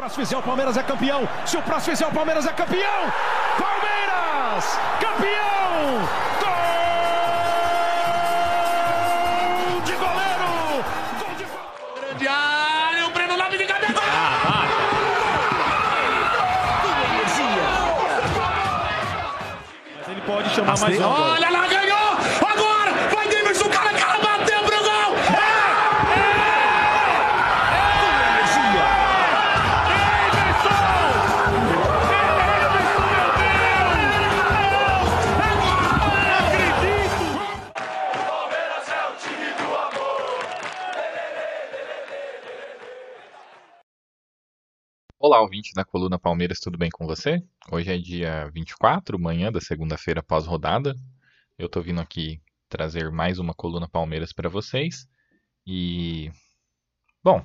próximo fizer, o Palmeiras é campeão. Se o próximo fizer, o Palmeiras é campeão. Palmeiras, campeão. Gol de goleiro. Gol de grande área. O Breno Lopes de cabeça. Mas ele pode chamar mais um. Olha lá, ganhou. Agora vai Davidson, o cara bateu pro gol. Olá, ouvinte da Coluna Palmeiras, tudo bem com você? Hoje é dia 24, manhã da segunda-feira pós-rodada. Eu tô vindo aqui trazer mais uma Coluna Palmeiras para vocês. E, bom,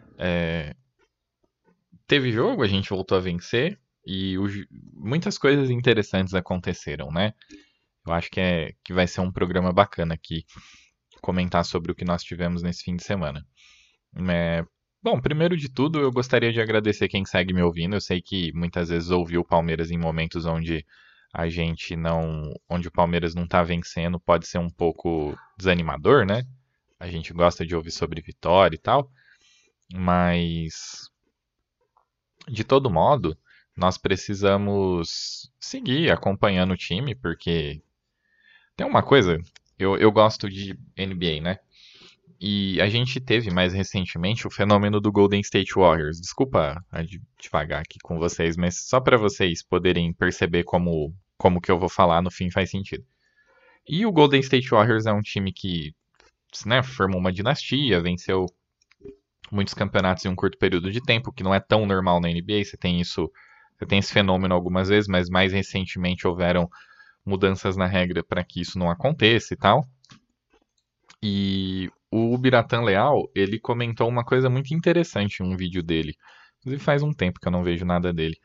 teve jogo, a gente voltou a vencer e muitas coisas interessantes aconteceram, né? Eu acho que vai ser um programa bacana aqui, comentar sobre o que nós tivemos nesse fim de semana. Bom, primeiro de tudo, eu gostaria de agradecer quem segue me ouvindo. Eu sei que muitas vezes ouviu o Palmeiras em momentos onde onde o Palmeiras não tá vencendo, pode ser um pouco desanimador, né? A gente gosta de ouvir sobre vitória e tal, mas de todo modo, nós precisamos seguir acompanhando o time, porque tem uma coisa, eu gosto de NBA, né? E a gente teve mais recentemente o fenômeno do Golden State Warriors. Desculpa devagar aqui com vocês, mas só para vocês poderem perceber como que eu vou falar no fim faz sentido. E o Golden State Warriors é um time que, né, formou uma dinastia, venceu muitos campeonatos em um curto período de tempo, que não é tão normal na NBA. Você tem esse fenômeno algumas vezes, mas mais recentemente houveram mudanças na regra para que isso não aconteça e tal. E o Biratan Leal, ele comentou uma coisa muito interessante em um vídeo dele. Inclusive faz um tempo que eu não vejo nada dele.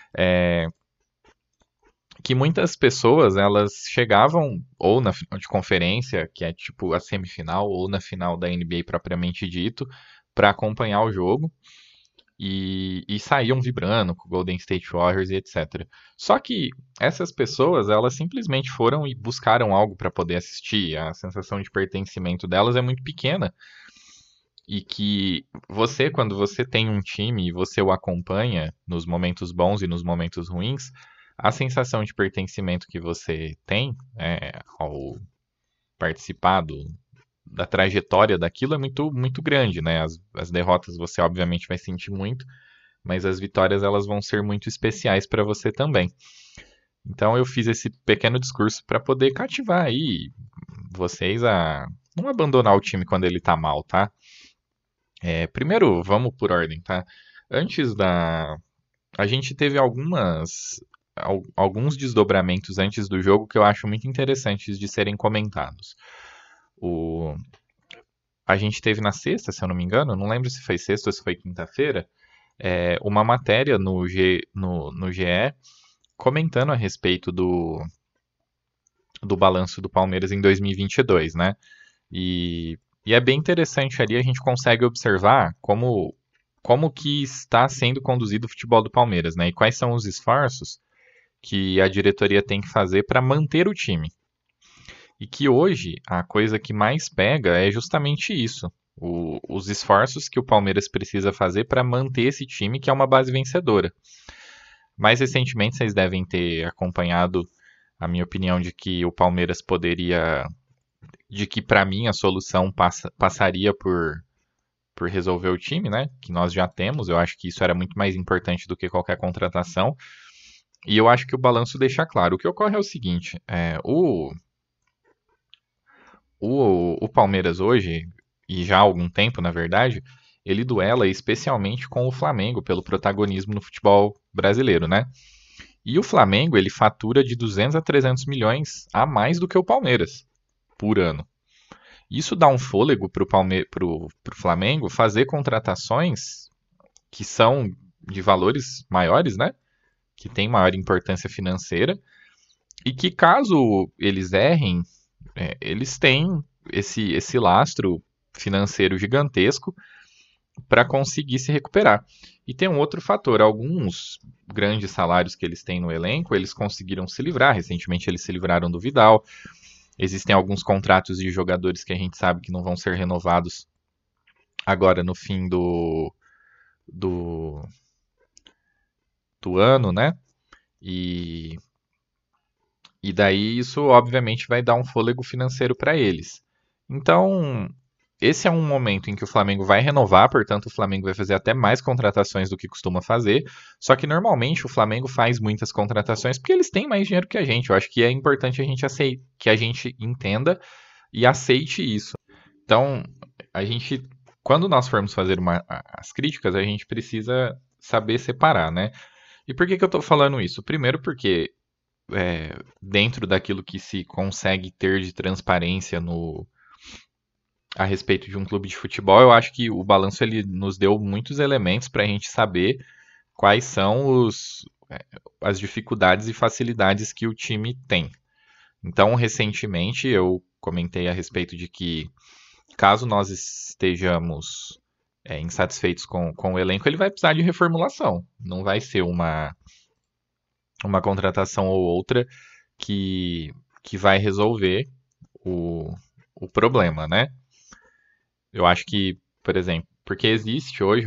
Que muitas pessoas, elas chegavam ou na final de conferência, que é tipo a semifinal, ou na final da NBA propriamente dito, para acompanhar o jogo. E saíam vibrando com o Golden State Warriors e etc. Só que essas pessoas, elas simplesmente foram e buscaram algo para poder assistir. A sensação de pertencimento delas é muito pequena. E que você, quando você tem um time e você o acompanha nos momentos bons e nos momentos ruins, a sensação de pertencimento que você tem ao participar da trajetória daquilo é muito, muito grande, né? As derrotas você obviamente vai sentir muito, mas as vitórias elas vão ser muito especiais para você também. Então eu fiz esse pequeno discurso para poder cativar aí vocês a não abandonar o time quando ele tá mal, tá? Primeiro, vamos por ordem, tá? A gente teve alguns desdobramentos antes do jogo que eu acho muito interessantes de serem comentados. A gente teve na sexta, se eu não me engano, não lembro se foi sexta ou se foi quinta-feira, uma matéria no GE comentando a respeito do balanço do Palmeiras em 2022, né? E é bem interessante ali, a gente consegue observar como que está sendo conduzido o futebol do Palmeiras, né? E quais são os esforços que a diretoria tem que fazer para manter o time. E que hoje a coisa que mais pega é justamente isso. Os esforços que o Palmeiras precisa fazer para manter esse time, que é uma base vencedora. Mais recentemente, vocês devem ter acompanhado a minha opinião de que o Palmeiras de que para mim a solução passaria por resolver o time, né? Que nós já temos. Eu acho que isso era muito mais importante do que qualquer contratação. E eu acho que o balanço deixa claro. O que ocorre é o seguinte: o Palmeiras hoje, e já há algum tempo, na verdade, ele duela especialmente com o Flamengo pelo protagonismo no futebol brasileiro, né? E o Flamengo, ele fatura de 200 a 300 milhões a mais do que o Palmeiras por ano. Isso dá um fôlego pro Flamengo fazer contratações que são de valores maiores, né? Que tem maior importância financeira e que, caso eles errem, eles têm esse lastro financeiro gigantesco para conseguir se recuperar. E tem um outro fator, alguns grandes salários que eles têm no elenco, eles conseguiram se livrar, recentemente eles se livraram do Vidal, existem alguns contratos de jogadores que a gente sabe que não vão ser renovados agora no fim do, do ano, né? E, e daí isso obviamente vai dar um fôlego financeiro para eles. Então, esse é um momento em que o Flamengo vai renovar, portanto, o Flamengo vai fazer até mais contratações do que costuma fazer. Só que normalmente o Flamengo faz muitas contratações porque eles têm mais dinheiro que a gente. Eu acho que é importante a gente que a gente entenda e aceite isso. Então, a gente, quando nós formos fazer as críticas, a gente precisa saber separar, né? E por que que eu estou falando isso? Primeiro porque dentro daquilo que se consegue ter de transparência a respeito de um clube de futebol, eu acho que o balanço ele nos deu muitos elementos para a gente saber quais são as dificuldades e facilidades que o time tem. Então, recentemente, eu comentei a respeito de que, caso nós estejamos insatisfeitos com o elenco, ele vai precisar de reformulação. Não vai ser uma contratação ou outra que vai resolver o problema, né? Eu acho que, por exemplo, porque existe hoje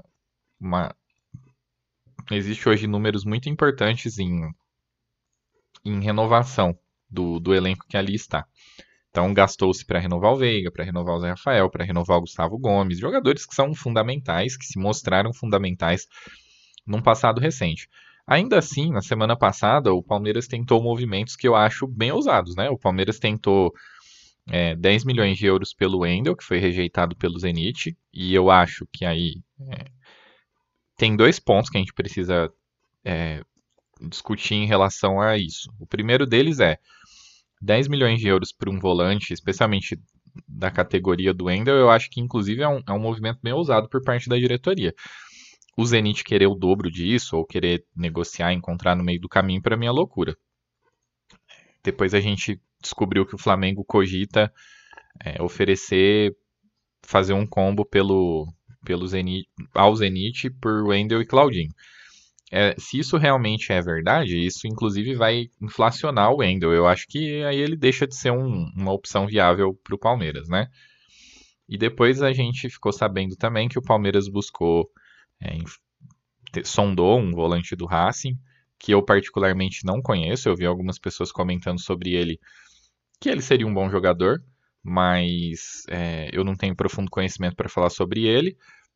existe hoje números muito importantes em renovação do elenco que ali está. Então gastou-se para renovar o Veiga, para renovar o Zé Rafael, para renovar o Gustavo Gomes, jogadores que são fundamentais, que se mostraram fundamentais num passado recente. Ainda assim, na semana passada, o Palmeiras tentou movimentos que eu acho bem ousados, né? O Palmeiras tentou 10 milhões de euros pelo Wendel, que foi rejeitado pelo Zenit, e eu acho que aí tem dois pontos que a gente precisa discutir em relação a isso. O primeiro deles é 10 milhões de euros para um volante, especialmente da categoria do Wendel, eu acho que inclusive é um movimento bem ousado por parte da diretoria. O Zenit querer o dobro disso, ou querer negociar, encontrar no meio do caminho, para mim é loucura. Depois a gente descobriu que o Flamengo cogita oferecer, fazer um combo ao Zenit por Wendel e Claudinho. Se isso realmente é verdade, isso inclusive vai inflacionar o Wendel. Eu acho que aí ele deixa de ser uma opção viável para o Palmeiras, né? E depois a gente ficou sabendo também que o Palmeiras buscou, sondou um volante do Racing, que eu particularmente não conheço. Eu vi algumas pessoas comentando sobre ele, que ele seria um bom jogador, mas eu não tenho profundo conhecimento para falar sobre ele.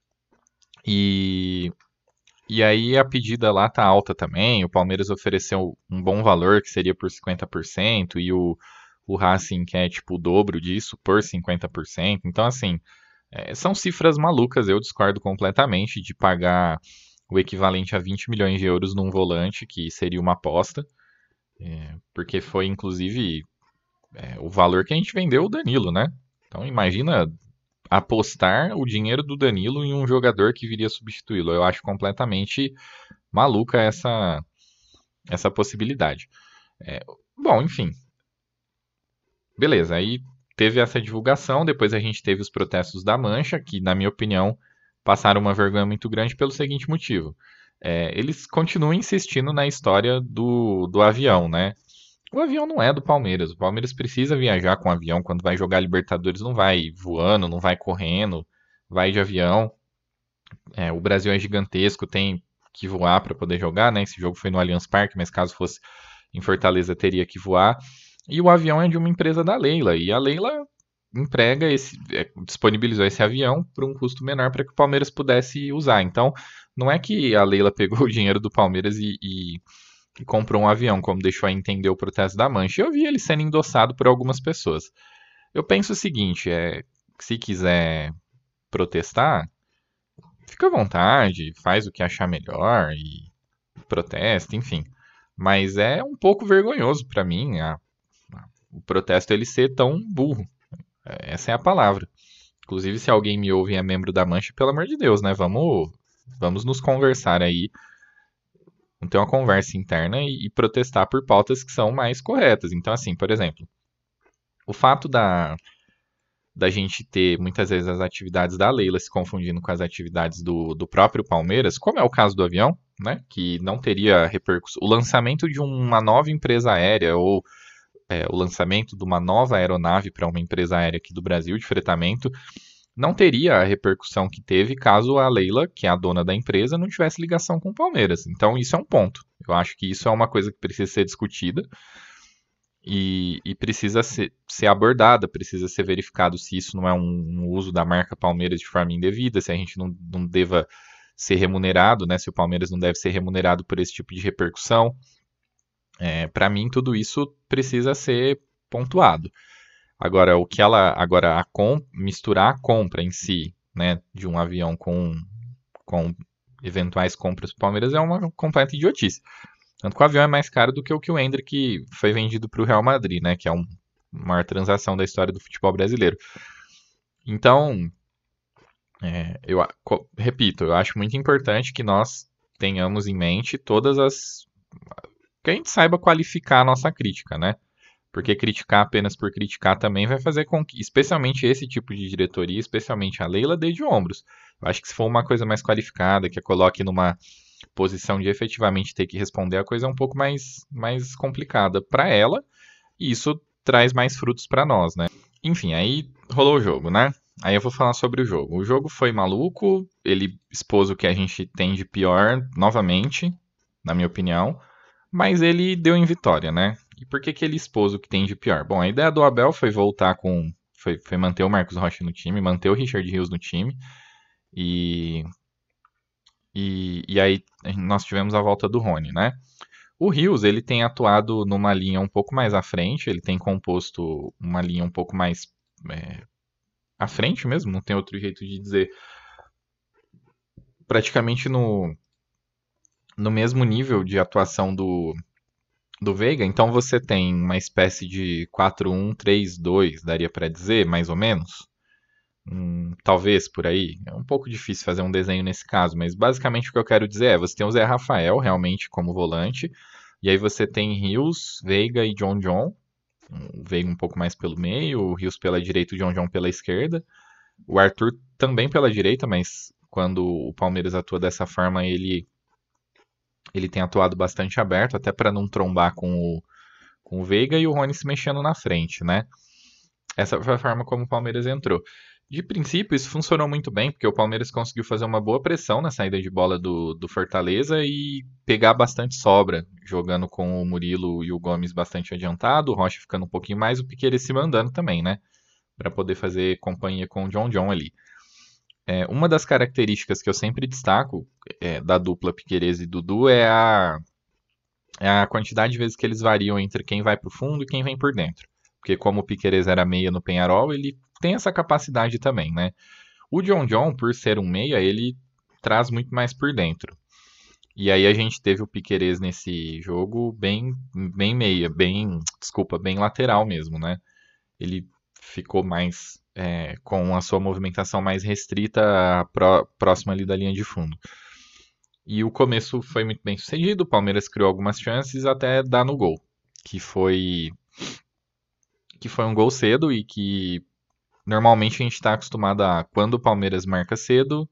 E aí a pedida lá tá alta também. O Palmeiras ofereceu um bom valor, que seria por 50%, e o Racing quer tipo o dobro disso, por 50%. Então, assim, são cifras malucas. Eu discordo completamente de pagar o equivalente a 20 milhões de euros num volante, que seria uma aposta, porque foi inclusive o valor que a gente vendeu o Danilo, né? Então imagina apostar o dinheiro do Danilo em um jogador que viria substituí-lo. Eu acho completamente maluca essa possibilidade. Bom, enfim. Beleza, aí teve essa divulgação, depois a gente teve os protestos da Mancha, que, na minha opinião, passaram uma vergonha muito grande pelo seguinte motivo. Eles continuam insistindo na história do avião, né? O avião não é do Palmeiras. O Palmeiras precisa viajar com avião. Quando vai jogar Libertadores, não vai voando, não vai correndo, vai de avião. O Brasil é gigantesco, tem que voar para poder jogar, né? Esse jogo foi no Allianz Parque, mas caso fosse em Fortaleza, teria que voar. E o avião é de uma empresa da Leila. E a Leila disponibilizou esse avião por um custo menor para que o Palmeiras pudesse usar. Então, não é que a Leila pegou o dinheiro do Palmeiras e comprou um avião, como deixou a entender o protesto da Mancha. Eu vi ele sendo endossado por algumas pessoas. Eu penso o seguinte, se quiser protestar, fica à vontade, faz o que achar melhor e protesta, enfim. Mas é um pouco vergonhoso para mim o protesto ele ser tão burro. Essa é a palavra. Inclusive, se alguém me ouve e é membro da Mancha, pelo amor de Deus, né? Vamos nos conversar aí, ter uma conversa interna e protestar por pautas que são mais corretas. Então, assim, por exemplo, o fato da gente ter muitas vezes as atividades da Leila se confundindo com as atividades do próprio Palmeiras, como é o caso do avião, né? Que não teria repercussão. O lançamento de uma nova empresa aérea ou o lançamento de uma nova aeronave para uma empresa aérea aqui do Brasil de fretamento não teria a repercussão que teve caso a Leila, que é a dona da empresa, não tivesse ligação com o Palmeiras. Então isso é um ponto. Eu acho que isso é uma coisa que precisa ser discutida e precisa ser abordada, precisa ser verificado se isso não é um uso da marca Palmeiras de forma indevida, se a gente não deva ser remunerado, né? Se o Palmeiras não deve ser remunerado por esse tipo de repercussão. Para mim, tudo isso precisa ser pontuado. Agora, misturar a compra em si, né, de um avião com eventuais compras do Palmeiras é uma completa idiotice. Tanto que o avião é mais caro do que o Endrick foi vendido para o Real Madrid, né, que é a maior transação da história do futebol brasileiro. Então, repito, eu acho muito importante que nós tenhamos em mente que a gente saiba qualificar a nossa crítica, né? Porque criticar apenas por criticar também vai fazer com que, especialmente esse tipo de diretoria, especialmente a Leila, dê de ombros. Eu acho que se for uma coisa mais qualificada, que a coloque numa posição de efetivamente ter que responder, a coisa é um pouco mais complicada para ela, e isso traz mais frutos para nós, né? Enfim, aí rolou o jogo, né? Aí eu vou falar sobre o jogo. O jogo foi maluco, ele expôs o que a gente tem de pior, novamente, na minha opinião, mas ele deu em vitória, né? E por que ele expôs o que tem de pior? Bom, a ideia do Abel foi voltar foi manter o Marcos Rocha no time, manter o Richard Rios no time. E aí nós tivemos a volta do Rony, né? O Rios, ele tem atuado numa linha um pouco mais à frente, ele tem composto uma linha um pouco mais à frente mesmo, não tem outro jeito de dizer. Praticamente no mesmo nível de atuação do Veiga, então você tem uma espécie de 4-1-3-2, daria para dizer, mais ou menos. Talvez por aí. É um pouco difícil fazer um desenho nesse caso, mas basicamente o que eu quero dizer é: você tem o Zé Rafael realmente como volante, e aí você tem Rios, Veiga e John John. O Veiga um pouco mais pelo meio, o Rios pela direita e o John John pela esquerda. O Arthur também pela direita, mas quando o Palmeiras atua dessa forma, ele tem atuado bastante aberto, até para não trombar com o Veiga e o Rony se mexendo na frente, né? Essa foi a forma como o Palmeiras entrou. De princípio, isso funcionou muito bem, porque o Palmeiras conseguiu fazer uma boa pressão na saída de bola do Fortaleza e pegar bastante sobra, jogando com o Murilo e o Gomes bastante adiantado, o Rocha ficando um pouquinho mais, o Piquerez se mandando também, né? Para poder fazer companhia com o John John ali. Uma das características que eu sempre destaco da dupla Piquerez e Dudu é a quantidade de vezes que eles variam entre quem vai para o fundo e quem vem por dentro. Porque como o Piquerez era meia no Penharol, ele tem essa capacidade também, né? O John John, por ser um meia, ele traz muito mais por dentro. E aí a gente teve o Piquerez nesse jogo bem meia, bem lateral mesmo, né? Ele ficou mais com a sua movimentação mais restrita próxima ali da linha de fundo. E o começo foi muito bem sucedido, o Palmeiras criou algumas chances até dar no gol, que foi um gol cedo e que normalmente a gente está acostumado a, quando o Palmeiras marca cedo,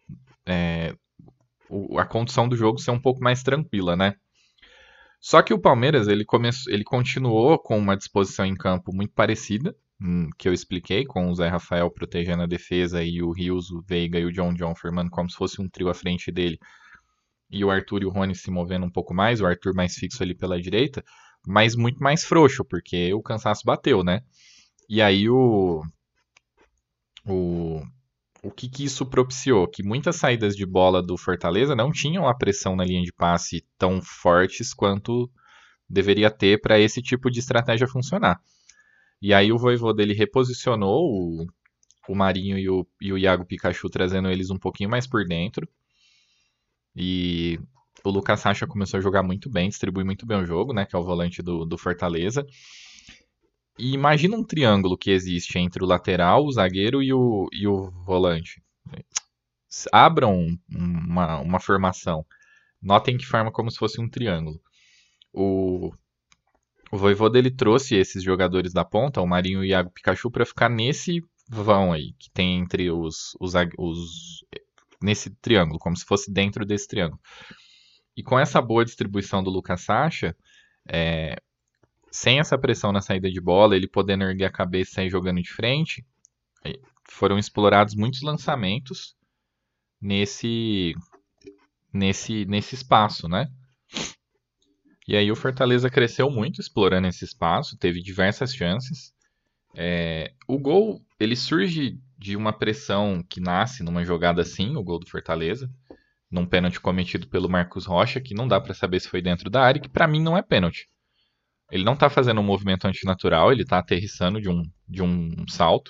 a condição do jogo ser um pouco mais tranquila, né? Só que o Palmeiras ele continuou com uma disposição em campo muito parecida, que eu expliquei, com o Zé Rafael protegendo a defesa e o Rios, o Veiga e o John John formando como se fosse um trio à frente dele, e o Arthur e o Rony se movendo um pouco mais, o Arthur mais fixo ali pela direita, mas muito mais frouxo, porque o cansaço bateu, né? E aí o que isso propiciou? Que muitas saídas de bola do Fortaleza não tinham a pressão na linha de passe tão fortes quanto deveria ter para esse tipo de estratégia funcionar. E aí o Vojvoda ele reposicionou o Marinho e o Iago Pikachu, trazendo eles um pouquinho mais por dentro. E o Lucas Sacha começou a jogar muito bem, distribui muito bem o jogo, né, que é o volante do Fortaleza. E imagina um triângulo que existe entre o lateral, o zagueiro e o volante. Abram uma formação. Notem que forma como se fosse um triângulo. O Vojvoda ele trouxe esses jogadores da ponta, o Marinho e o Iago Pikachu, para ficar nesse vão aí que tem entre nesse triângulo, como se fosse dentro desse triângulo. E com essa boa distribuição do Lucas Sacha, sem essa pressão na saída de bola, ele podendo erguer a cabeça e sair jogando de frente, foram explorados muitos lançamentos nesse espaço, né? E aí o Fortaleza cresceu muito explorando esse espaço, teve diversas chances. O gol, ele surge de uma pressão que nasce numa jogada assim, o gol do Fortaleza, num pênalti cometido pelo Marcos Rocha, que não dá pra saber se foi dentro da área, que pra mim não é pênalti. Ele não tá fazendo um movimento antinatural, ele tá aterrissando de um salto.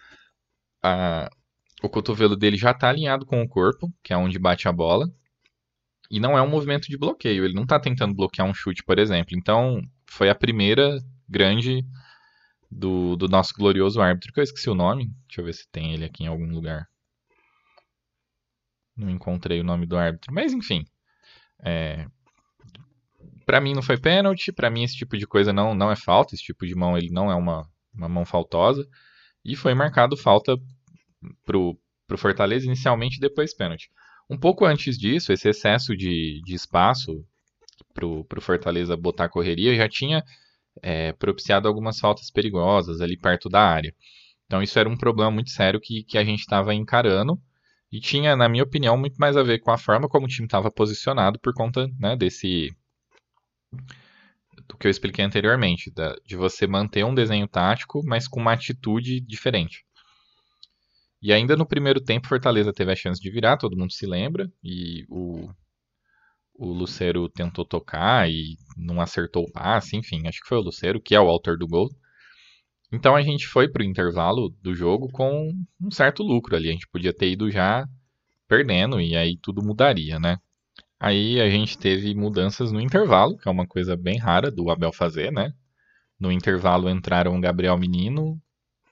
O cotovelo dele já tá alinhado com o corpo, que é onde bate a bola. E não é um movimento de bloqueio, ele não tá tentando bloquear um chute, por exemplo. Então, foi a primeira grande do nosso glorioso árbitro, que eu esqueci o nome. Deixa eu ver se tem ele aqui em algum lugar. Não encontrei o nome do árbitro. Mas, enfim. Pra mim não foi pênalti, pra mim esse tipo de coisa não é falta, esse tipo de mão ele não é uma mão faltosa. E foi marcado falta pro Fortaleza inicialmente e depois pênalti. Um pouco antes disso, esse excesso de espaço pro Fortaleza botar a correria já tinha propiciado algumas faltas perigosas ali perto da área. Então isso era um problema muito sério que a gente estava encarando e tinha, na minha opinião, muito mais a ver com a forma como o time estava posicionado por conta, né, do que eu expliquei anteriormente, de você manter um desenho tático, mas com uma atitude diferente. E ainda no primeiro tempo, Fortaleza teve a chance de virar, todo mundo se lembra, e o Lucero tentou tocar e não acertou o passe, enfim, acho que foi o Lucero, que é o autor do gol. Então a gente foi pro intervalo do jogo com um certo lucro ali, a gente podia ter ido já perdendo e aí tudo mudaria, né? Aí a gente teve mudanças no intervalo, que é uma coisa bem rara do Abel fazer, né? No intervalo entraram Gabriel Menino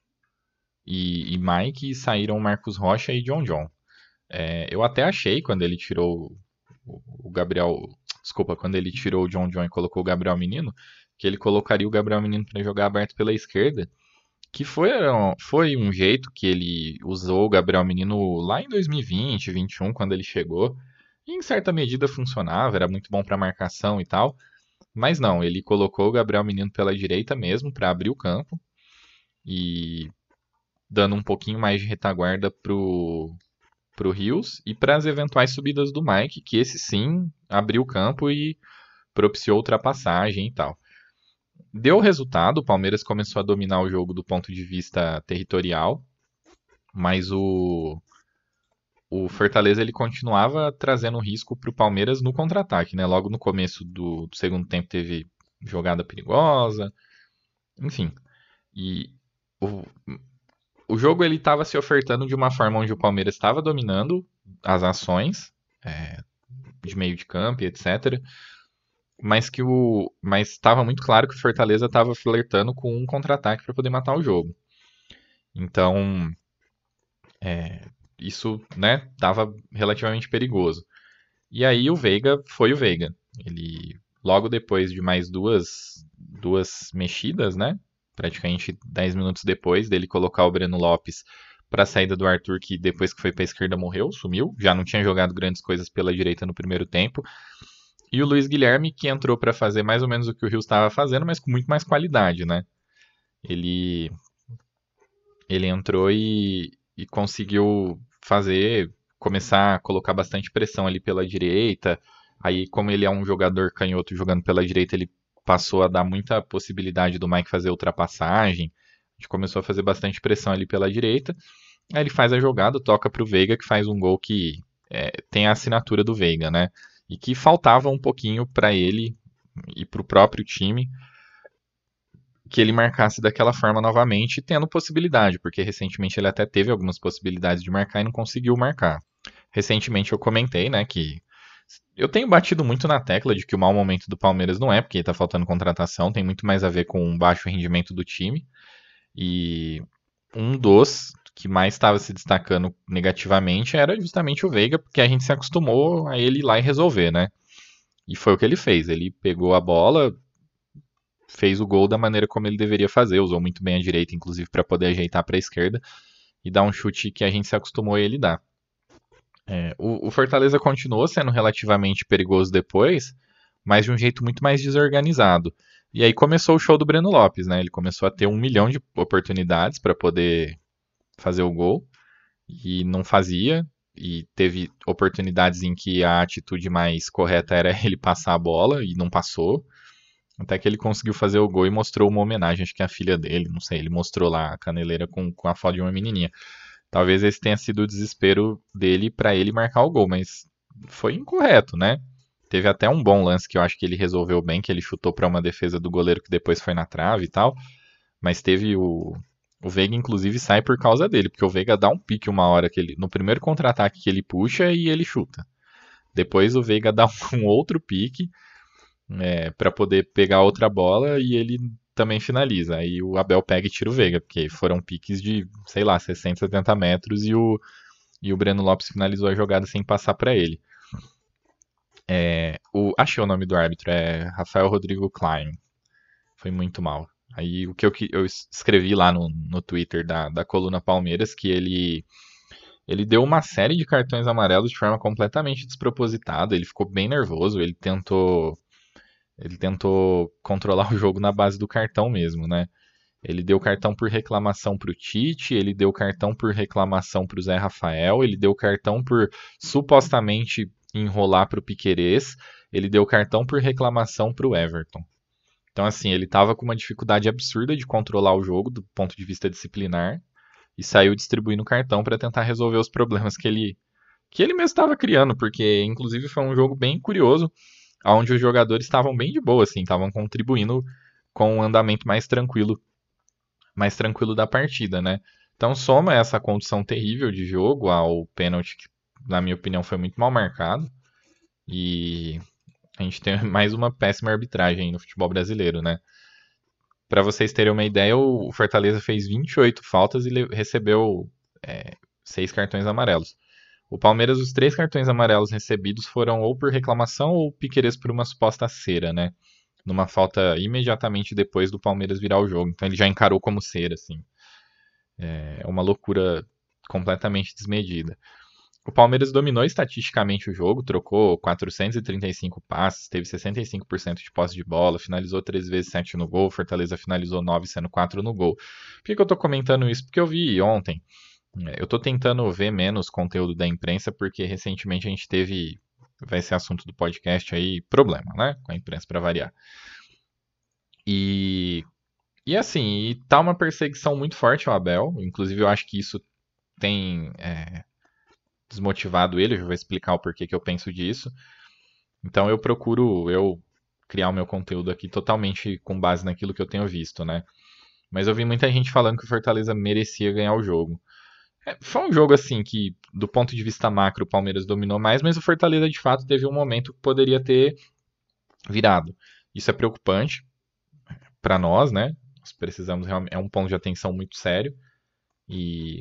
e Mike e saíram Marcos Rocha e John John. Eu até achei quando ele tirou o Gabriel. Desculpa, quando ele tirou o John John e colocou o Gabriel Menino, que ele colocaria o Gabriel Menino para jogar aberto pela esquerda. Que foi um jeito que ele usou o Gabriel Menino lá em 2020, 2021, quando ele chegou. E em certa medida funcionava, era muito bom para marcação e tal. Mas não, ele colocou o Gabriel Menino pela direita mesmo, para abrir o campo. E dando um pouquinho mais de retaguarda pro Rios e para as eventuais subidas do Mike, que esse sim abriu o campo e propiciou ultrapassagem e tal. Deu resultado, o Palmeiras começou a dominar o jogo do ponto de vista territorial, mas o Fortaleza ele continuava trazendo risco para o Palmeiras no contra-ataque, né? Logo no começo do segundo tempo teve jogada perigosa, enfim. E o jogo ele estava se ofertando de uma forma onde o Palmeiras estava dominando as ações de meio de campo e etc. Mas estava muito claro que o Fortaleza estava flertando com um contra-ataque para poder matar o jogo. Então isso, né, estava relativamente perigoso. E aí o Veiga foi o Veiga. Ele logo depois de mais duas mexidas, né? Praticamente 10 minutos depois dele colocar o Breno Lopes para a saída do Arthur, que depois que foi para a esquerda morreu, sumiu, já não tinha jogado grandes coisas pela direita no primeiro tempo. E o Luiz Guilherme, que entrou para fazer mais ou menos o que o Rios estava fazendo, mas com muito mais qualidade, né? Ele entrou e conseguiu começar a colocar bastante pressão ali pela direita. Aí, como ele é um jogador canhoto jogando pela direita, ele passou a dar muita possibilidade do Mike fazer ultrapassagem. A gente começou a fazer bastante pressão ali pela direita. Aí ele faz a jogada, toca pro Veiga, que faz um gol que tem a assinatura do Veiga, né? E que faltava um pouquinho para ele e pro próprio time que ele marcasse daquela forma novamente, tendo possibilidade, porque recentemente ele até teve algumas possibilidades de marcar e não conseguiu marcar. Recentemente eu comentei, né, que eu tenho batido muito na tecla de que o mau momento do Palmeiras não é porque tá faltando contratação, tem muito mais a ver com o baixo rendimento do time. E um dos que mais estava se destacando negativamente era justamente o Veiga, porque a gente se acostumou a ele ir lá e resolver, né? E foi o que ele fez. Ele pegou a bola, fez o gol da maneira como ele deveria fazer, usou muito bem a direita, inclusive, para poder ajeitar para a esquerda. e dar um chute que a gente se acostumou a ele dar. O Fortaleza continuou sendo relativamente perigoso depois, mas de um jeito muito mais desorganizado. E aí começou o show do Breno Lopes, né? Ele começou a ter 1 milhão de oportunidades para poder fazer o gol e não fazia. E teve oportunidades em que a atitude mais correta era ele passar a bola e não passou. Até que ele conseguiu fazer o gol e mostrou uma homenagem, acho que a filha dele, não sei, ele mostrou lá a caneleira com a foto de uma menininha. Talvez esse tenha sido o desespero dele para ele marcar o gol, mas foi incorreto, né? Teve até um bom lance que eu acho que ele resolveu bem, que ele chutou para uma defesa do goleiro que depois foi na trave e tal. Mas teve o Veiga, inclusive, sai por causa dele, porque o Veiga dá um pique uma hora que ele, no primeiro contra-ataque que ele puxa e ele chuta. Depois o Veiga dá um outro pique para poder pegar outra bola e ele também finaliza. Aí o Abel pega e tira o Veiga, porque foram piques de, sei lá, 60, 70 metros e o Breno Lopes finalizou a jogada sem passar para ele. Achei o nome do árbitro, é Rafael Rodrigo Klein. Foi muito mal. Aí o que eu escrevi lá no Twitter da coluna Palmeiras, que ele deu uma série de cartões amarelos de forma completamente despropositada, ele ficou bem nervoso, ele tentou controlar o jogo na base do cartão mesmo, né? Ele deu cartão por reclamação pro Tite, ele deu cartão por reclamação pro Zé Rafael, ele deu cartão por supostamente enrolar pro Piquerez, ele deu cartão por reclamação pro Everton. Então, assim, ele tava com uma dificuldade absurda de controlar o jogo do ponto de vista disciplinar e saiu distribuindo cartão para tentar resolver os problemas que ele mesmo estava criando, porque inclusive foi um jogo bem curioso, onde os jogadores estavam bem de boa, assim, estavam contribuindo com um andamento mais tranquilo da partida, né? Então soma essa condição terrível de jogo ao pênalti que, na minha opinião, foi muito mal marcado e a gente tem mais uma péssima arbitragem no futebol brasileiro, né? Para vocês terem uma ideia, o Fortaleza fez 28 faltas e recebeu 6 cartões amarelos. O Palmeiras, os 3 cartões amarelos recebidos foram ou por reclamação ou Piquerez por uma suposta cera, né? Numa falta imediatamente depois do Palmeiras virar o jogo. Então ele já encarou como cera, assim. É uma loucura completamente desmedida. O Palmeiras dominou estatisticamente o jogo, trocou 435 passes, teve 65% de posse de bola, finalizou 3 vezes 7 no gol, Fortaleza finalizou 9, sendo 4 no gol. Por que eu tô comentando isso? Porque eu vi ontem. Eu tô tentando ver menos conteúdo da imprensa, porque recentemente a gente teve, vai ser assunto do podcast aí, problema, né? Com a imprensa para variar. E assim, tá uma perseguição muito forte ao Abel, inclusive eu acho que isso tem desmotivado ele, eu já vou explicar o porquê que eu penso disso. Então eu procuro criar o meu conteúdo aqui totalmente com base naquilo que eu tenho visto, né? Mas eu vi muita gente falando que o Fortaleza merecia ganhar o jogo. Foi um jogo assim que, do ponto de vista macro, o Palmeiras dominou mais, mas o Fortaleza de fato teve um momento que poderia ter virado. Isso é preocupante para nós, né? Nós precisamos realmente, é um ponto de atenção muito sério e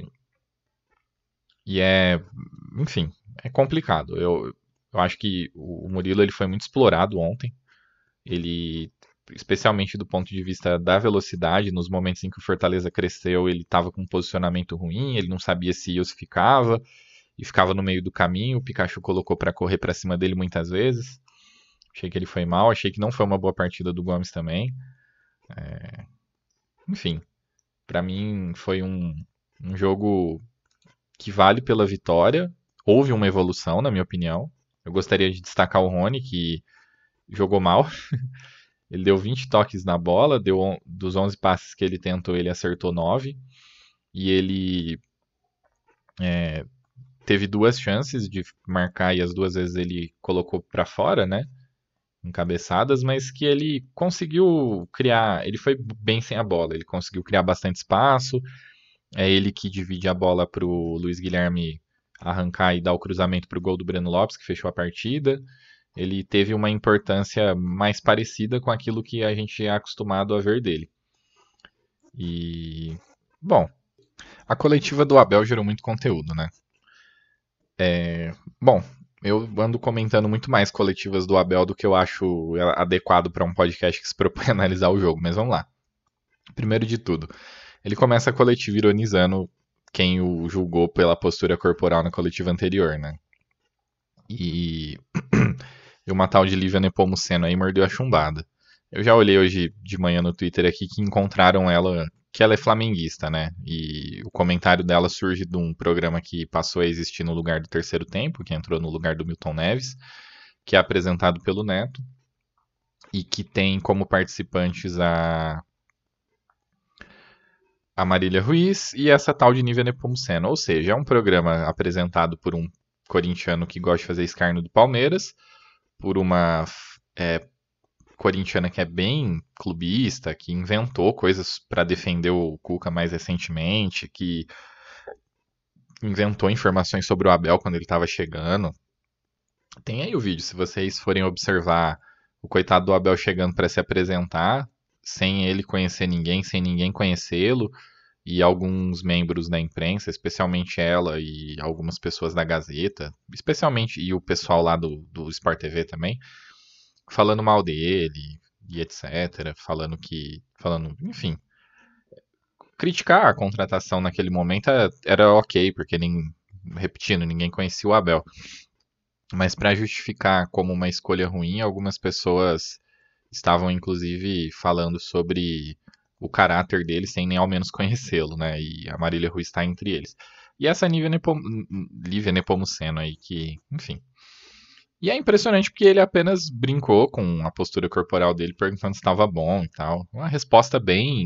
enfim, é complicado. Eu acho que o Murilo ele foi muito explorado ontem. Ele, especialmente do ponto de vista da velocidade, nos momentos em que o Fortaleza cresceu, ele estava com um posicionamento ruim, ele não sabia se ia ou se ficava, e ficava no meio do caminho. O Pikachu colocou para correr para cima dele muitas vezes. Achei que ele foi mal, achei que não foi uma boa partida do Gomes também. Enfim, para mim foi um jogo que vale pela vitória. Houve uma evolução, na minha opinião. Eu gostaria de destacar o Rony, que jogou mal. Ele deu 20 toques na bola, dos 11 passes que ele tentou, ele acertou 9. E ele teve 2 chances de marcar e as 2 vezes ele colocou para fora, né? Encabeçadas, mas que ele conseguiu criar. Ele foi bem sem a bola, ele conseguiu criar bastante espaço. É ele que divide a bola para o Luiz Guilherme arrancar e dar o cruzamento para o gol do Breno Lopes, que fechou a partida. Ele teve uma importância mais parecida com aquilo que a gente é acostumado a ver dele. E, bom, a coletiva do Abel gerou muito conteúdo, né? Bom, eu ando comentando muito mais coletivas do Abel do que eu acho adequado para um podcast que se propõe a analisar o jogo, mas vamos lá. Primeiro de tudo, ele começa a coletiva ironizando quem o julgou pela postura corporal na coletiva anterior, né? E, e uma tal de Lívia Nepomuceno aí mordeu a chumbada. Eu já olhei hoje de manhã no Twitter aqui que encontraram ela, que ela é flamenguista, né? E o comentário dela surge de um programa que passou a existir no lugar do Terceiro Tempo, que entrou no lugar do Milton Neves, que é apresentado pelo Neto, e que tem como participantes a Marília Ruiz e essa tal de Nívia Nepomuceno. Ou seja, é um programa apresentado por um corintiano que gosta de fazer escárnio do Palmeiras, por uma corintiana que é bem clubista, que inventou coisas para defender o Cuca mais recentemente, que inventou informações sobre o Abel quando ele estava chegando. Tem aí o vídeo, se vocês forem observar o coitado do Abel chegando para se apresentar, sem ele conhecer ninguém, sem ninguém conhecê-lo, e alguns membros da imprensa, especialmente ela e algumas pessoas da Gazeta, especialmente, e o pessoal lá do Sport TV também, falando mal dele e etc, enfim, criticar a contratação naquele momento era ok, porque repetindo, ninguém conhecia o Abel. Mas para justificar como uma escolha ruim, algumas pessoas estavam inclusive falando sobre o caráter dele sem nem ao menos conhecê-lo, né? E a Marília Ruiz está entre eles. E essa Lívia Nepomuceno aí que, enfim. E é impressionante porque ele apenas brincou com a postura corporal dele, perguntando se estava bom e tal. Uma resposta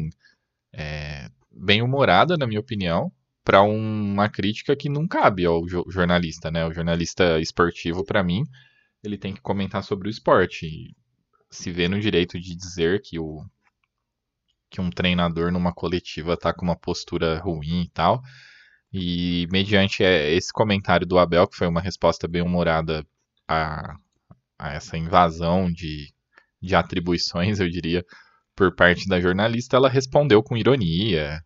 bem humorada, na minha opinião, para uma crítica que não cabe ao jornalista, né? O jornalista esportivo, para mim, ele tem que comentar sobre o esporte. E se vê no direito de dizer que um treinador numa coletiva tá com uma postura ruim e tal. E mediante esse comentário do Abel, que foi uma resposta bem humorada a essa invasão de atribuições, eu diria, por parte da jornalista, ela respondeu com ironia,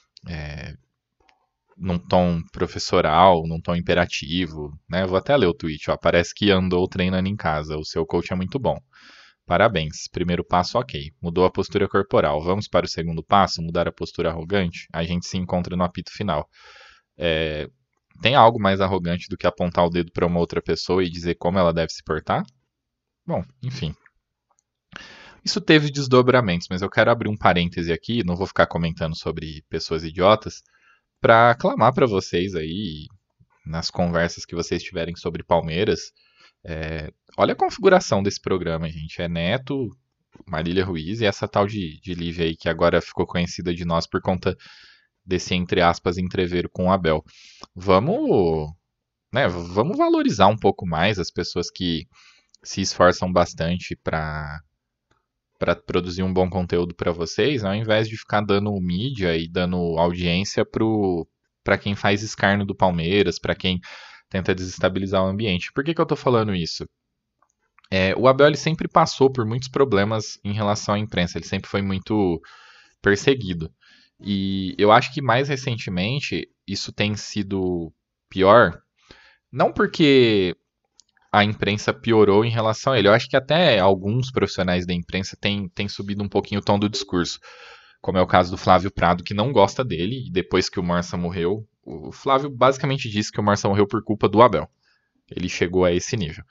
num tom professoral, num tom imperativo, né? Eu vou até ler o tweet, ó. Parece que andou treinando em casa, o seu coach é muito bom. Parabéns, primeiro passo ok, mudou a postura corporal. Vamos para o segundo passo, mudar a postura arrogante? A gente se encontra no apito final. Tem algo mais arrogante do que apontar o dedo para uma outra pessoa e dizer como ela deve se portar? Bom, enfim. Isso teve desdobramentos, mas eu quero abrir um parêntese aqui, não vou ficar comentando sobre pessoas idiotas, para clamar para vocês aí, nas conversas que vocês tiverem sobre Palmeiras, olha a configuração desse programa, gente. É Neto, Marília Ruiz e essa tal de Lívia aí, que agora ficou conhecida de nós por conta desse, entre aspas, entreveiro com o Abel. Vamos valorizar um pouco mais as pessoas que se esforçam bastante para produzir um bom conteúdo para vocês, ao invés de ficar dando mídia e dando audiência para quem faz escárnio do Palmeiras, para quem tenta desestabilizar o ambiente. Por que eu estou falando isso? O Abel ele sempre passou por muitos problemas em relação à imprensa, ele sempre foi muito perseguido. E eu acho que mais recentemente isso tem sido pior, não porque a imprensa piorou em relação a ele. Eu acho que até alguns profissionais da imprensa têm subido um pouquinho o tom do discurso, como é o caso do Flávio Prado, que não gosta dele, e depois que o Marça morreu, o Flávio basicamente disse que o Marça morreu por culpa do Abel. Ele chegou a esse nível.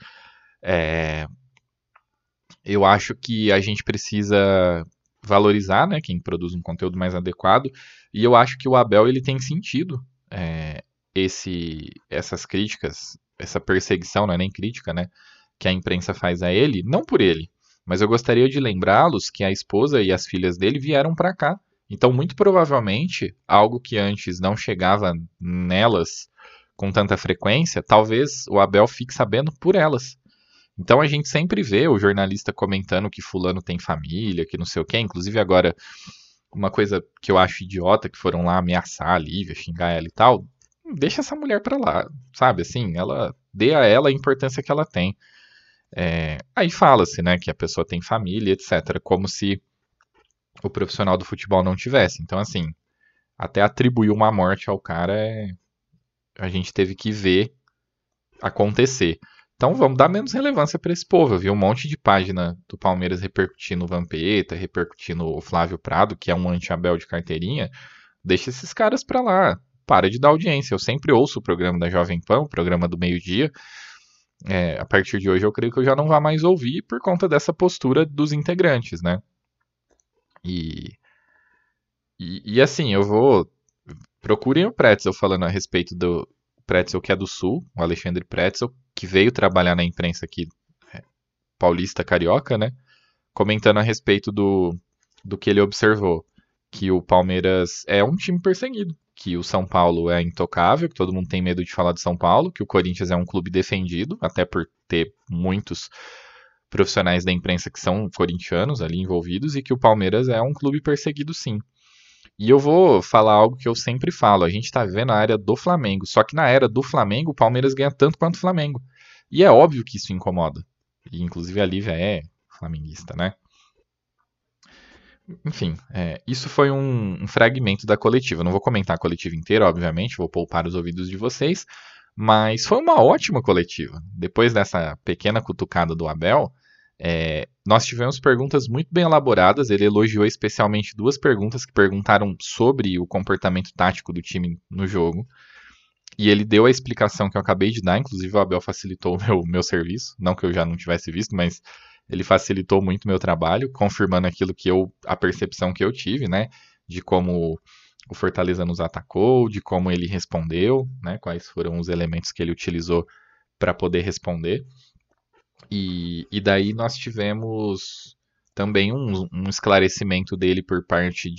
Eu acho que a gente precisa valorizar, né, quem produz um conteúdo mais adequado, e eu acho que o Abel ele tem sentido essas críticas, essa perseguição, não é nem crítica, né, que a imprensa faz a ele, não por ele, mas eu gostaria de lembrá-los que a esposa e as filhas dele vieram para cá. Então, muito provavelmente, algo que antes não chegava nelas com tanta frequência, talvez o Abel fique sabendo por elas. Então, a gente sempre vê o jornalista comentando que fulano tem família, que não sei o quê. Inclusive, agora, uma coisa que eu acho idiota, que foram lá ameaçar a Lívia, xingar ela e tal, deixa essa mulher pra lá, sabe? Assim, dê a ela a importância que ela tem. Aí fala-se, né, que a pessoa tem família, etc. Como se o profissional do futebol não tivesse. Então, assim, até atribuir uma morte ao cara, a gente teve que ver acontecer. Então vamos dar menos relevância para esse povo. Eu vi um monte de página do Palmeiras repercutindo o Vampeta, repercutindo o Flávio Prado, que é um anti-Abel de carteirinha. Deixa esses caras pra lá. para de dar audiência. Eu sempre ouço o programa da Jovem Pan, o programa do meio-dia. A partir de hoje eu creio que eu já não vá mais ouvir por conta dessa postura dos integrantes, né? E assim, eu vou... Procurem o Pretzel falando a respeito do Pretzel, que é do Sul, o Alexandre Pretzel, que veio trabalhar na imprensa aqui, paulista, carioca, né? Comentando a respeito do que ele observou. Que o Palmeiras é um time perseguido, que o São Paulo é intocável, que todo mundo tem medo de falar de São Paulo, que o Corinthians é um clube defendido, até por ter muitos profissionais da imprensa que são corintianos ali envolvidos, e que o Palmeiras é um clube perseguido sim. E eu vou falar algo que eu sempre falo, a gente está vivendo a era do Flamengo, só que na era do Flamengo o Palmeiras ganha tanto quanto o Flamengo. E é óbvio que isso incomoda. E inclusive a Lívia é flamenguista, né? Enfim, isso foi um fragmento da coletiva. Eu não vou comentar a coletiva inteira, obviamente, vou poupar os ouvidos de vocês, mas foi uma ótima coletiva. Depois dessa pequena cutucada do Abel, nós tivemos perguntas muito bem elaboradas. Ele elogiou especialmente duas perguntas que perguntaram sobre o comportamento tático do time no jogo. E ele deu a explicação que eu acabei de dar, inclusive o Abel facilitou o meu serviço. Não que eu já não tivesse visto, mas ele facilitou muito o meu trabalho, confirmando aquilo que a percepção que eu tive, né? De como o Fortaleza nos atacou, de como ele respondeu, né? Quais foram os elementos que ele utilizou para poder responder. E daí nós tivemos também um esclarecimento dele por parte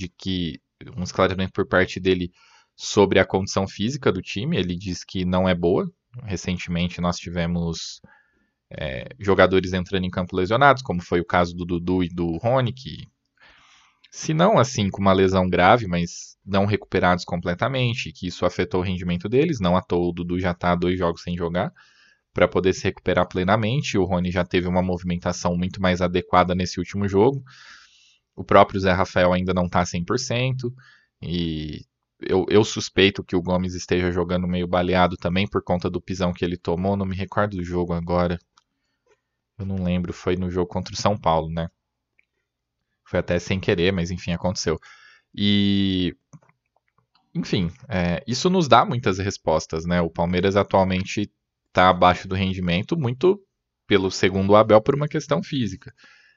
dele sobre a condição física do time. Ele diz que não é boa. Recentemente nós tivemos jogadores entrando em campo lesionados, como foi o caso do Dudu e do Rony, que, se não assim com uma lesão grave, mas não recuperados completamente, que isso afetou o rendimento deles. Não à toa o Dudu já está 2 jogos sem jogar, para poder se recuperar plenamente. O Rony já teve uma movimentação muito mais adequada nesse último jogo. O próprio Zé Rafael ainda não está 100%, e eu suspeito que o Gomes esteja jogando meio baleado também por conta do pisão que ele tomou. Não me recordo do jogo agora. Eu não lembro, foi no jogo contra o São Paulo, né? Foi até sem querer, mas enfim, aconteceu. E, enfim, isso nos dá muitas respostas, né? O Palmeiras atualmente está abaixo do rendimento, muito pelo segundo Abel, por uma questão física.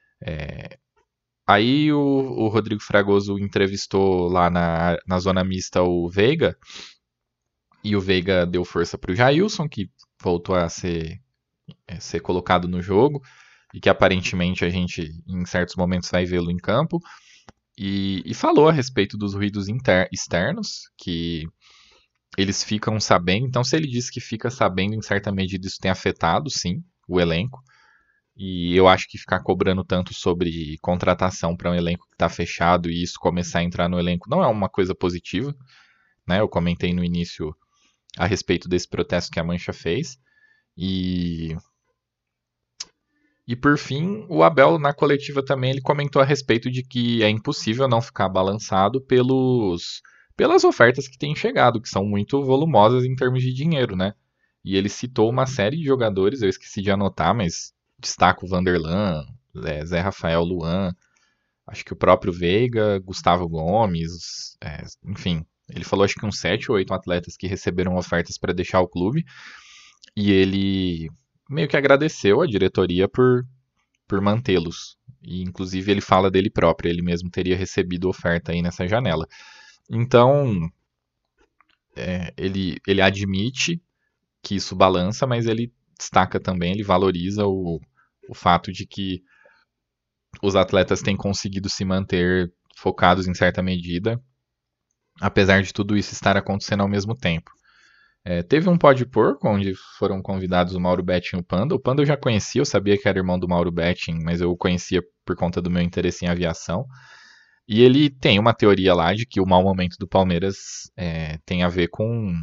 Aí o Rodrigo Fragoso entrevistou lá na zona mista o Veiga, e o Veiga deu força para o Jailson, que voltou a ser colocado no jogo, e que aparentemente a gente em certos momentos vai vê-lo em campo, e falou a respeito dos ruídos externos, que eles ficam sabendo. Então, se ele disse que fica sabendo, em certa medida isso tem afetado, sim, o elenco. E eu acho que ficar cobrando tanto sobre contratação para um elenco que está fechado e isso começar a entrar no elenco não é uma coisa positiva, né? Eu comentei no início a respeito desse protesto que a Mancha fez. E por fim, o Abel, na coletiva também, ele comentou a respeito de que é impossível não ficar balançado pelas ofertas que têm chegado, que são muito volumosas em termos de dinheiro, né? E ele citou uma série de jogadores, eu esqueci de anotar, mas destaco o Vanderlan, Zé Rafael, Luan, acho que o próprio Veiga, Gustavo Gomes, enfim. Ele falou acho que uns 7 ou 8 atletas que receberam ofertas para deixar o clube, e ele meio que agradeceu a diretoria por mantê-los. E inclusive ele fala dele próprio, ele mesmo teria recebido oferta aí nessa janela. Então, ele admite que isso balança, mas ele destaca também, ele valoriza o fato de que os atletas têm conseguido se manter focados em certa medida, apesar de tudo isso estar acontecendo ao mesmo tempo. Teve um Pode Porco, onde foram convidados o Mauro Betting e o Panda. O Panda eu já conhecia, eu sabia que era irmão do Mauro Betting, mas eu o conhecia por conta do meu interesse em aviação. E ele tem uma teoria lá de que o mau momento do Palmeiras tem a ver com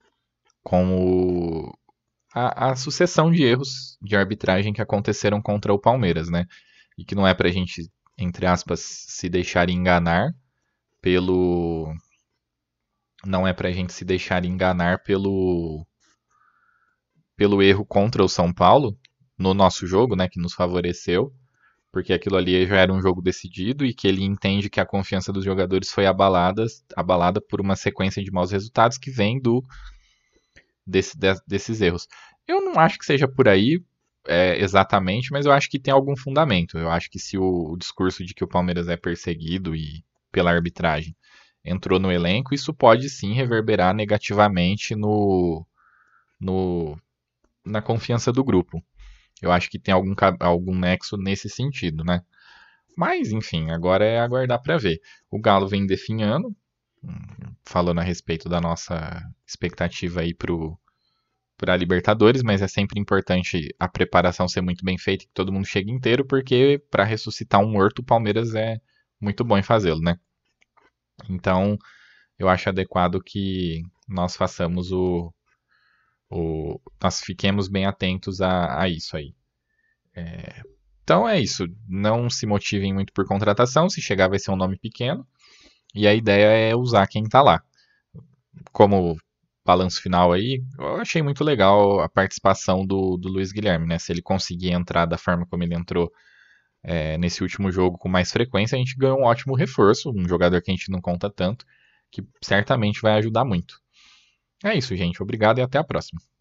a sucessão de erros de arbitragem que aconteceram contra o Palmeiras, né? E que não é pra gente, entre aspas, se deixar enganar pelo... Não é pra gente se deixar enganar pelo erro contra o São Paulo, no nosso jogo, né, que nos favoreceu, porque aquilo ali já era um jogo decidido e que ele entende que a confiança dos jogadores foi abalada por uma sequência de maus resultados que vem desses erros. Eu não acho que seja por aí exatamente, mas eu acho que tem algum fundamento. Eu acho que se o discurso de que o Palmeiras é perseguido e pela arbitragem entrou no elenco, isso pode sim reverberar negativamente na confiança do grupo. Eu acho que tem algum nexo nesse sentido, né? Mas, enfim, agora é aguardar para ver. O Galo vem definhando, falando a respeito da nossa expectativa aí para a Libertadores, mas é sempre importante a preparação ser muito bem feita e que todo mundo chegue inteiro, porque para ressuscitar um morto, o Palmeiras é muito bom em fazê-lo, né? Então, eu acho adequado que nós façamos nós fiquemos bem atentos a isso aí. Então é isso. Não se motivem muito por contratação. Se chegar, vai ser um nome pequeno. E a ideia é usar quem tá lá. Como balanço final aí, eu achei muito legal a participação do Luiz Guilherme, né? Se ele conseguir entrar da forma como ele entrou nesse último jogo com mais frequência, a gente ganhou um ótimo reforço. Um jogador que a gente não conta tanto, que certamente vai ajudar muito. É isso, gente. Obrigado e até a próxima.